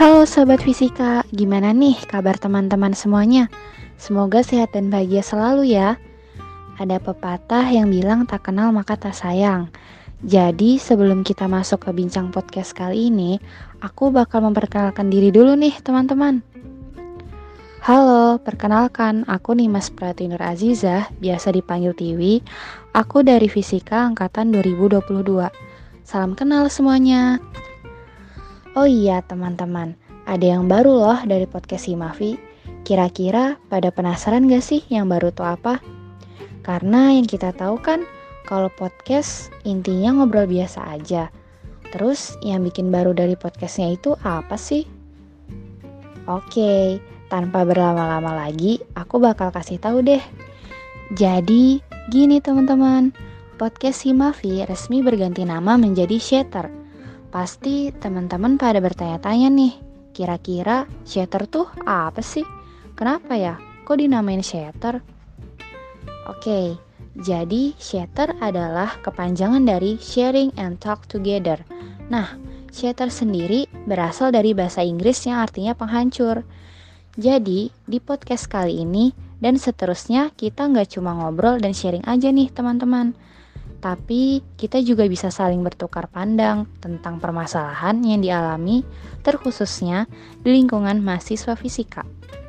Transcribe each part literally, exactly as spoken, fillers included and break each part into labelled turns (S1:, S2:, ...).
S1: Halo Sobat Fisika, gimana nih kabar teman-teman semuanya? Semoga sehat dan bahagia selalu ya. Ada pepatah yang bilang tak kenal maka tak sayang. Jadi sebelum kita masuk ke bincang podcast kali ini, aku bakal memperkenalkan diri dulu nih teman-teman. Halo, perkenalkan aku Nimas Pratinur Azizah, biasa dipanggil Tiwi. Aku dari Fisika Angkatan dua ribu dua puluh dua. Salam kenal semuanya. Oh iya teman-teman, ada yang baru loh dari podcast Himavi. Kira-kira pada penasaran gak sih yang baru tuh apa? Karena yang kita tahu kan, kalau podcast intinya ngobrol biasa aja. Terus yang bikin baru dari podcastnya itu apa sih? Oke, tanpa berlama-lama lagi, aku bakal kasih tahu deh. Jadi, gini teman-teman, podcast Himavi resmi berganti nama menjadi Shatter. Pasti teman-teman pada bertanya-tanya nih, kira-kira Shatter tuh apa sih? Kenapa ya? Kok dinamain Shatter? Oke, jadi Shatter adalah kepanjangan dari Sharing and Talk Together. Nah, Shatter sendiri berasal dari bahasa Inggris yang artinya penghancur. Jadi, di podcast kali ini dan seterusnya kita nggak cuma ngobrol dan sharing aja nih teman-teman. Tapi kita juga bisa saling bertukar pandang tentang permasalahan yang dialami terkhususnya di lingkungan mahasiswa fisika.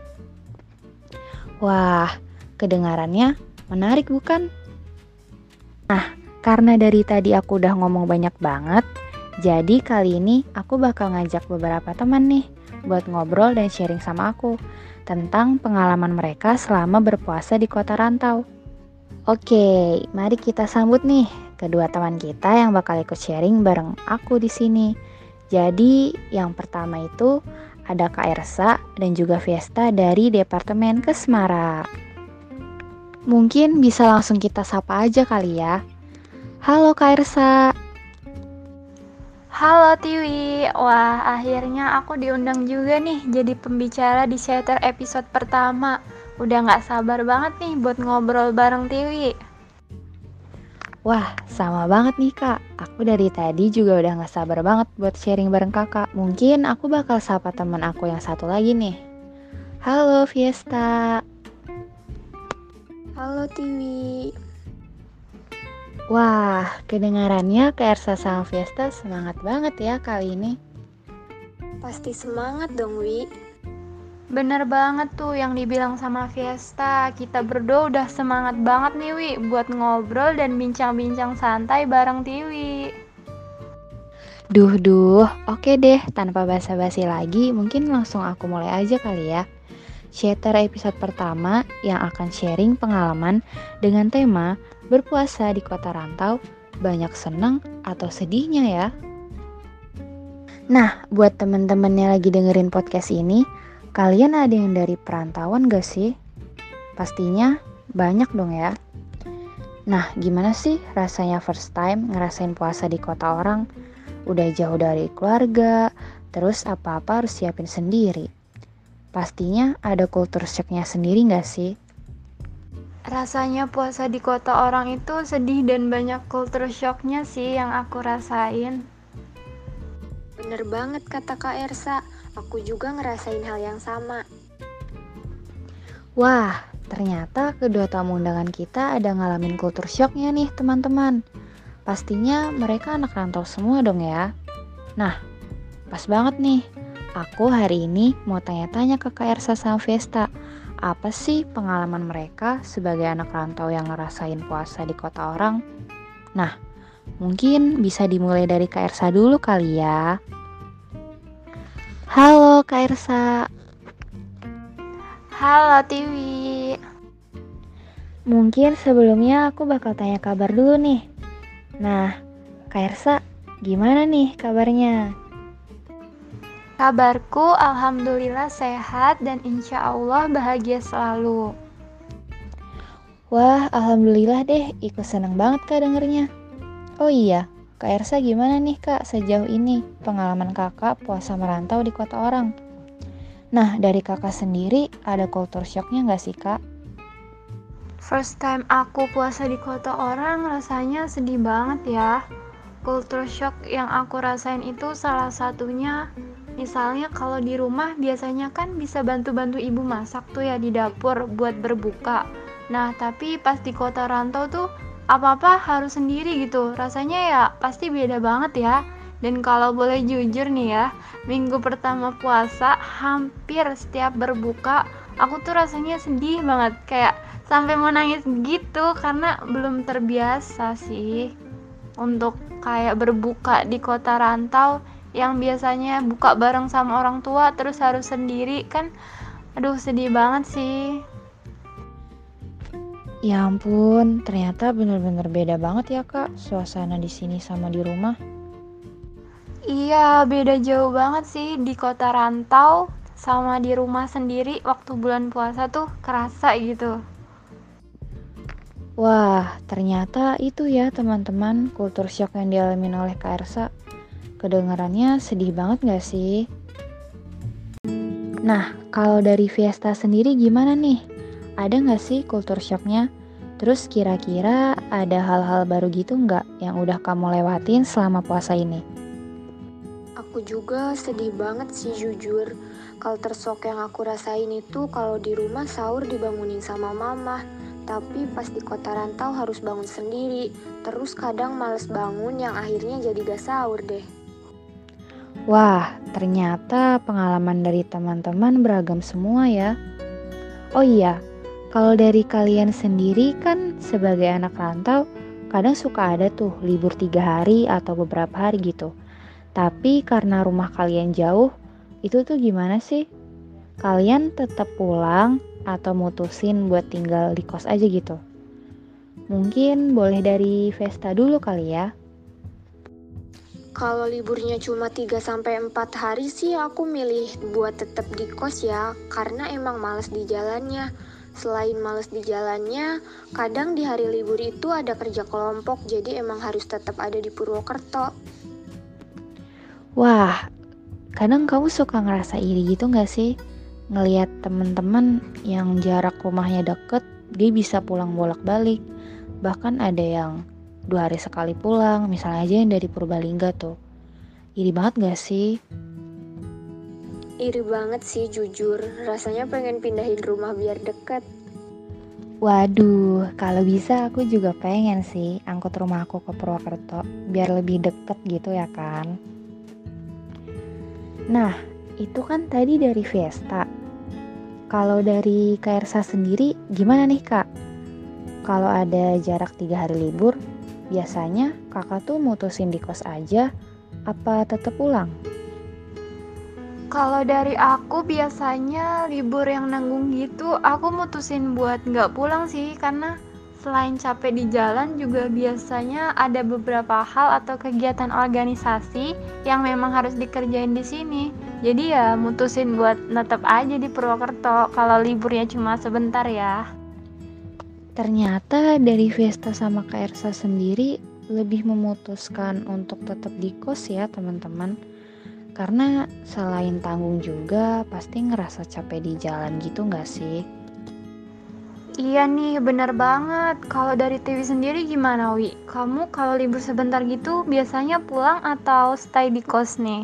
S1: Wah, kedengarannya menarik bukan? Nah, karena dari tadi aku udah ngomong banyak banget, jadi kali ini aku bakal ngajak beberapa teman nih buat ngobrol dan sharing sama aku tentang pengalaman mereka selama berpuasa di kota rantau. Oke, mari kita sambut nih kedua teman kita yang bakal ikut sharing bareng aku di sini. Jadi, yang pertama itu ada Kak Ersa dan juga Fiesta dari Departemen Kesmara. Mungkin bisa langsung kita sapa aja kali ya. Halo Kak Ersa.
S2: Halo Tiwi, wah akhirnya aku diundang juga nih jadi pembicara di Shatter episode pertama. Udah gak sabar banget nih buat ngobrol bareng Tiwi.
S1: Wah, sama banget nih Kak. Aku dari tadi juga udah gak sabar banget buat sharing bareng kakak. Mungkin aku bakal sapa teman aku yang satu lagi nih. Halo Fiesta.
S2: Halo Tiwi.
S1: Wah, kedengarannya Kak Ersa sama Fiesta semangat banget ya kali ini.
S2: Pasti semangat dong Wi. Bener banget tuh yang dibilang sama Fiesta. Kita berdua udah semangat banget nih Wi buat ngobrol dan bincang-bincang santai bareng Tiwi.
S1: Duh duh, oke deh, tanpa basa-basi lagi, mungkin langsung aku mulai aja kali ya. Shatter episode pertama yang akan sharing pengalaman dengan tema berpuasa di kota rantau, banyak senang atau sedihnya ya. Nah, buat temen-temen yang lagi dengerin podcast ini, kalian ada yang dari perantauan gak sih? Pastinya banyak dong ya. Nah, gimana sih rasanya first time ngerasain puasa di kota orang? Udah jauh dari keluarga, terus apa-apa harus siapin sendiri. Pastinya ada culture shock-nya sendiri gak sih?
S2: Rasanya puasa di kota orang itu sedih dan banyak culture shock-nya sih yang aku rasain.
S3: Bener banget kata Kak Ersa, aku juga ngerasain hal yang sama.
S1: Wah, ternyata kedua tamu undangan kita ada ngalamin culture shock-nya nih teman-teman. Pastinya mereka anak rantau semua dong ya. Nah, pas banget nih. Aku hari ini mau tanya-tanya ke Kak Ersa sama Fiesta, apa sih pengalaman mereka sebagai anak rantau yang ngerasain puasa di kota orang? Nah, mungkin bisa dimulai dari Kak Ersa dulu kali ya. Halo Kak Ersa.
S2: Halo Tiwi.
S1: Mungkin sebelumnya aku bakal tanya kabar dulu nih. Nah, Kak Ersa, gimana nih kabarnya?
S2: Kabarku alhamdulillah sehat dan insya Allah bahagia selalu.
S1: Wah, alhamdulillah deh, ikut seneng banget Kak dengernya. Oh iya, Kak Ersa gimana nih Kak sejauh ini pengalaman kakak puasa merantau di kota orang? Nah, dari kakak sendiri ada culture shock-nya gak sih Kak?
S2: First time aku puasa di kota orang rasanya sedih banget ya. Culture shock yang aku rasain itu salah satunya Misalnya kalau di rumah biasanya kan bisa bantu-bantu ibu masak tuh ya di dapur buat berbuka. Nah, tapi pas di kota rantau tuh apa-apa harus sendiri gitu. Rasanya ya pasti beda banget ya. Dan kalau boleh jujur nih ya, minggu pertama puasa hampir setiap berbuka aku tuh rasanya sedih banget, kayak sampai mau nangis gitu karena belum terbiasa sih untuk kayak berbuka di kota rantau yang biasanya buka bareng sama orang tua terus harus sendiri kan. Aduh, sedih banget sih.
S1: Ya ampun, ternyata bener-bener beda banget ya Kak, suasana di sini sama di rumah.
S2: Iya, beda jauh banget sih di kota rantau sama di rumah sendiri waktu bulan puasa tuh kerasa gitu.
S1: Wah, ternyata itu ya teman-teman kultur shock yang dialami oleh Kak Ersa. Kedengarannya sedih banget gak sih? Nah, kalau dari Fiesta sendiri gimana nih? Ada gak sih kultur shocknya? Terus kira-kira ada hal-hal baru gitu gak yang udah kamu lewatin selama puasa ini?
S3: Aku juga sedih banget sih jujur. Culture shock yang aku rasain itu kalau di rumah sahur dibangunin sama mama. Tapi pas di kota rantau harus bangun sendiri. Terus kadang males bangun yang akhirnya jadi gak sahur deh.
S1: Wah, ternyata pengalaman dari teman-teman beragam semua ya. Oh iya, kalau dari kalian sendiri kan sebagai anak rantau, kadang suka ada tuh libur tiga hari atau beberapa hari gitu. Tapi karena rumah kalian jauh, itu tuh gimana sih? Kalian tetap pulang atau mutusin buat tinggal di kos aja gitu? Mungkin boleh dari Vesta dulu kali ya.
S3: Kalau liburnya cuma tiga sampai empat hari sih aku milih buat tetap di kos ya, karena emang males di jalannya. Selain males di jalannya, kadang di hari libur itu ada kerja kelompok, jadi emang harus tetap ada di Purwokerto.
S1: Wah, kadang kamu suka ngerasa iri gitu gak sih? Ngelihat temen-temen yang jarak rumahnya deket, dia bisa pulang bolak-balik. Bahkan ada yang dua hari sekali pulang, misalnya aja yang dari Purbalingga tuh. Iri banget gak sih?
S3: Iri banget sih jujur, rasanya pengen pindahin rumah biar deket.
S1: Waduh, kalau bisa aku juga pengen sih angkut rumahku ke Purwokerto, biar lebih deket gitu ya kan. Nah, itu kan tadi dari Fiesta. Kalau dari Kak Ersa sendiri gimana nih Kak? Kalau ada jarak tiga hari libur, biasanya kakak tuh mutusin di kos aja, apa tetap pulang?
S2: Kalau dari aku biasanya libur yang nanggung gitu, aku mutusin buat nggak pulang sih, karena selain capek di jalan juga biasanya ada beberapa hal atau kegiatan organisasi yang memang harus dikerjain di sini. Jadi ya mutusin buat tetap aja di Purwokerto kalau liburnya cuma sebentar ya.
S1: Ternyata dari Vesta sama Kak Ersa sendiri lebih memutuskan untuk tetap di kos ya teman-teman. Karena selain tanggung juga pasti ngerasa capek di jalan gitu gak sih?
S2: Iya nih, bener banget. Kalau dari Tiwi sendiri gimana, Wi? Kamu kalau libur sebentar gitu biasanya pulang atau stay di kos nih?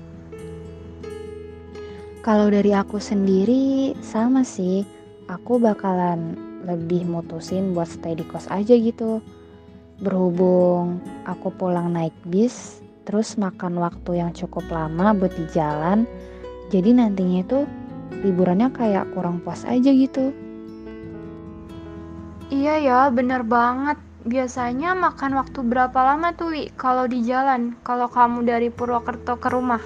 S1: Kalau dari aku sendiri sama sih. Aku bakalan lebih mutusin buat stay di kos aja gitu. Berhubung aku pulang naik bis, terus makan waktu yang cukup lama buat di jalan, jadi nantinya itu liburannya kayak kurang puas aja gitu.
S2: Iya ya, bener banget. Biasanya makan waktu berapa lama tuh, Wi, kalau di jalan, kalau kamu dari Purwokerto ke rumah?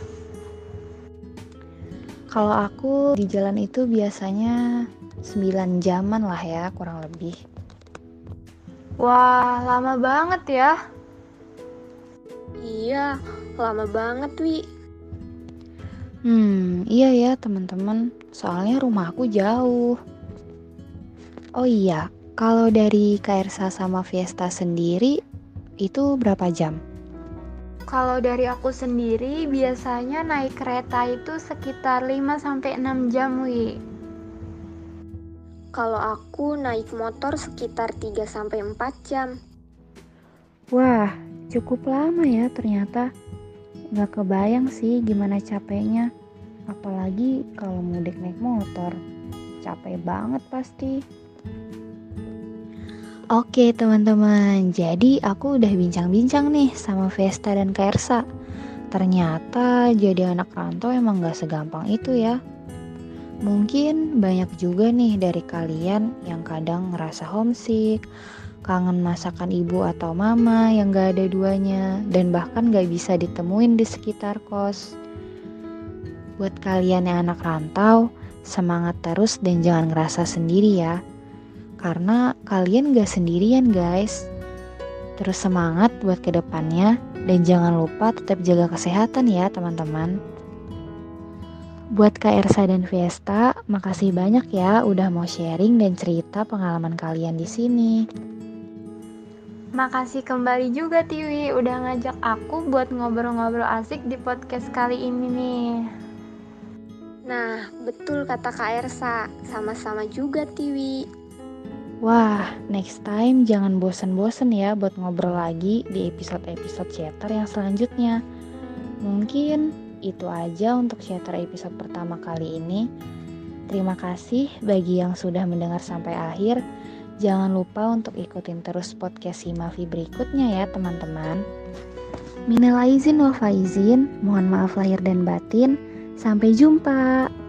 S1: Kalau aku di jalan itu biasanya sembilan jaman lah ya, kurang lebih.
S2: Wah, lama banget ya.
S3: Iya, lama banget Wi.
S1: Hmm, iya ya teman-teman, soalnya rumah aku jauh. Oh iya, kalau dari Kak Ersa sama Fiesta sendiri, itu berapa jam?
S2: Kalau dari aku sendiri, biasanya naik kereta itu sekitar lima sampai enam jam, Wi.
S3: Kalau aku naik motor sekitar tiga sampai empat jam.
S1: Wah, cukup lama ya ternyata. Gak kebayang sih gimana capeknya. Apalagi kalau mudik naik motor. Capek banget pasti. Oke teman-teman, jadi aku udah bincang-bincang nih sama Vesta dan Kairsa. Ternyata jadi anak rantau emang gak segampang itu ya. Mungkin banyak juga nih dari kalian yang kadang ngerasa homesick, kangen masakan ibu atau mama yang gak ada duanya, dan bahkan gak bisa ditemuin di sekitar kos. Buat kalian yang anak rantau, semangat terus dan jangan ngerasa sendiri ya. Karena kalian gak sendirian guys. Terus semangat buat kedepannya dan jangan lupa tetap jaga kesehatan ya teman-teman. Buat Kak Ersa dan Vesta, makasih banyak ya udah mau sharing dan cerita pengalaman kalian di sini.
S2: Makasih kembali juga Tiwi udah ngajak aku buat ngobrol-ngobrol asik di podcast kali ini nih.
S3: Nah, betul kata Kak Ersa, sama-sama juga Tiwi.
S1: Wah, next time jangan bosen-bosen ya buat ngobrol lagi di episode-episode Shatter yang selanjutnya. Mungkin itu aja untuk Shatter episode pertama kali ini. Terima kasih bagi yang sudah mendengar sampai akhir. Jangan lupa untuk ikutin terus podcast Himafi berikutnya ya teman-teman. Minal aizin wal faizin, mohon maaf lahir dan batin. Sampai jumpa.